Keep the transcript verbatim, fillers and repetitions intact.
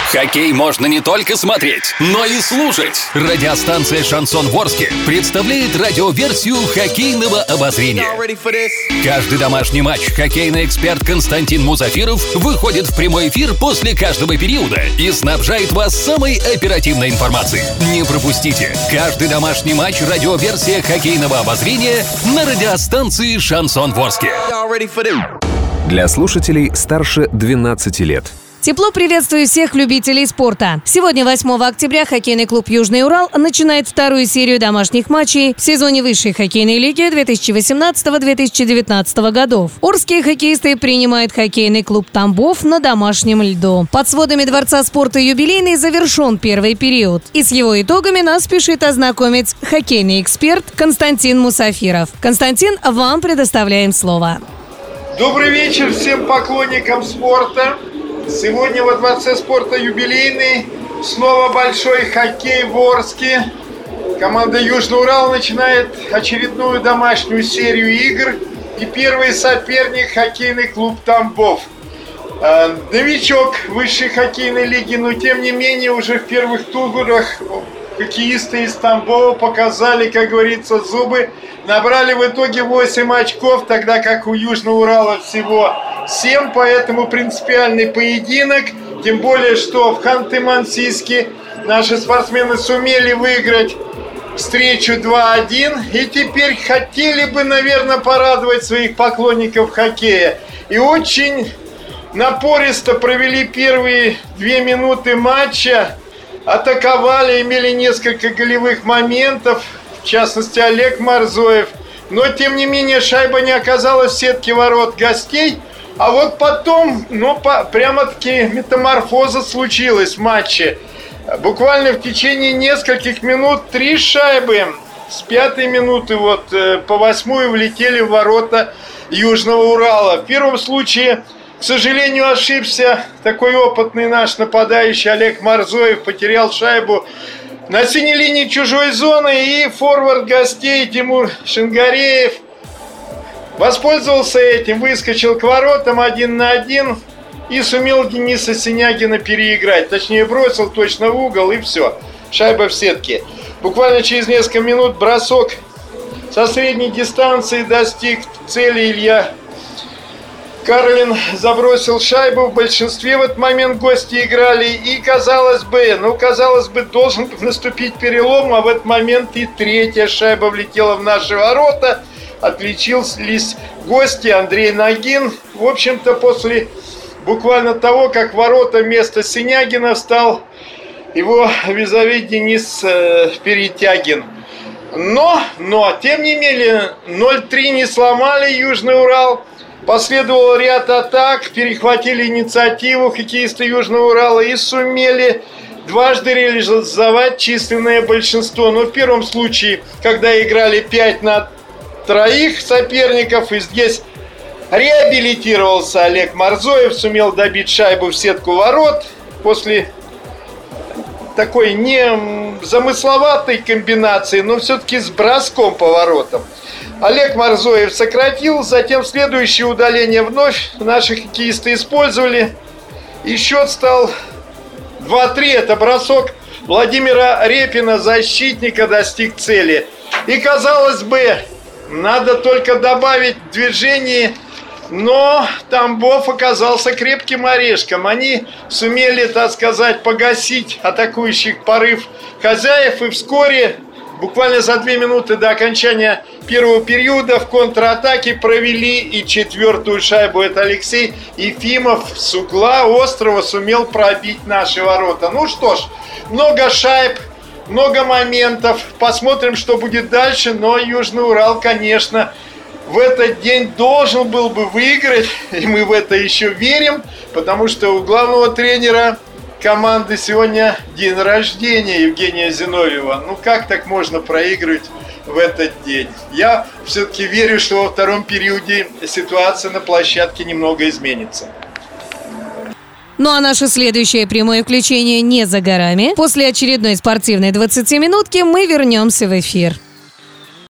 Хоккей можно не только смотреть, но и слушать. Радиостанция «Шансон Ворске» представляет радиоверсию хоккейного обозрения. Каждый домашний матч хоккейный эксперт Константин Мусафиров выходит в прямой эфир после каждого периода и снабжает вас самой оперативной информацией. Не пропустите каждый домашний матч радиоверсия хоккейного обозрения на радиостанции «Шансон Ворске». Для слушателей старше двенадцати лет. Тепло приветствую всех любителей спорта. Сегодня, восьмого октября, хоккейный клуб «Южный Урал» начинает вторую серию домашних матчей в сезоне высшей хоккейной лиги две тысячи восемнадцатого - две тысячи девятнадцатого годов. Орские хоккеисты принимают хоккейный клуб «Тамбов» на домашнем льду. Под сводами Дворца спорта «Юбилейный» завершен первый период. И с его итогами нас спешит ознакомить хоккейный эксперт Константин Мусафиров. Константин, вам предоставляем слово. Добрый вечер всем поклонникам спорта. Сегодня во Дворце спорта «Юбилейный» снова большой хоккей в Орске. Команда «Южный Урал» начинает очередную домашнюю серию игр. И первый соперник — хоккейный клуб «Тамбов». Э, новичок высшей хоккейной лиги, но тем не менее уже в первых турах хоккеисты из Тамбова показали, как говорится, зубы. Набрали в итоге восемь очков, тогда как у Южного Урала всего семь, поэтому принципиальный поединок. Тем более, что в Ханты-Мансийске наши спортсмены сумели выиграть встречу два один. И теперь хотели бы, наверное, порадовать своих поклонников хоккея. И очень напористо провели первые две минуты матча. Атаковали, имели несколько голевых моментов. В частности, Олег Марзоев. Но, тем не менее, шайба не оказалась в сетке ворот гостей. А вот потом, ну, по, прямо-таки метаморфоза случилась в матче. Буквально в течение нескольких минут три шайбы с пятой минуты вот по восьмую влетели в ворота Южного Урала. В первом случае, к сожалению, ошибся такой опытный наш нападающий Олег Марзоев. Потерял шайбу на синей линии чужой зоны, и форвард гостей Тимур Шингареев воспользовался этим, выскочил к воротам один на один и сумел Дениса Синягина переиграть. Точнее, бросил точно в угол, и все. Шайба в сетке. Буквально через несколько минут бросок со средней дистанции достиг цели. Илья Карлин забросил шайбу. В большинстве в этот момент гости играли. И, казалось бы, ну, казалось бы, должен наступить перелом, а в этот момент и третья шайба влетела в наши ворота. Отличились гости. Андрей Нагин. В общем-то, после буквально того, как в ворота вместо Синягина встал его визави Денис э, Перетягин. Но, но, тем не менее, ноль три не сломали Южный Урал. Последовал ряд атак, перехватили инициативу хоккеисты Южного Урала и сумели дважды реализовать численное большинство. Но в первом случае, когда играли пять на троих соперников, и здесь реабилитировался Олег Марзоев, сумел добить шайбу в сетку ворот после такой не замысловатой комбинации, но все-таки с броском по воротам. Олег Марзоев сократил, затем следующее удаление вновь наши хоккеисты использовали. И счет стал два три. Это бросок Владимира Репина, защитника, достиг цели. И, казалось бы, надо только добавить в движении, но Тамбов оказался крепким орешком. Они сумели, так сказать, погасить атакующих порыв хозяев, и вскоре, буквально за две минуты до окончания первого периода, в контратаке провели и четвертую шайбу. Это Алексей Ефимов с угла острова сумел пробить наши ворота. Ну что ж, много шайб, много моментов. Посмотрим, что будет дальше. Но Южный Урал, конечно, в этот день должен был бы выиграть. И мы в это еще верим, потому что у главного тренера команды сегодня день рождения Евгения Зиновьева. Ну как так можно проигрывать в этот день? Я все-таки верю, что во втором периоде ситуация на площадке немного изменится. Ну а наше следующее прямое включение не за горами. После очередной спортивной двадцатиминутки мы вернемся в эфир.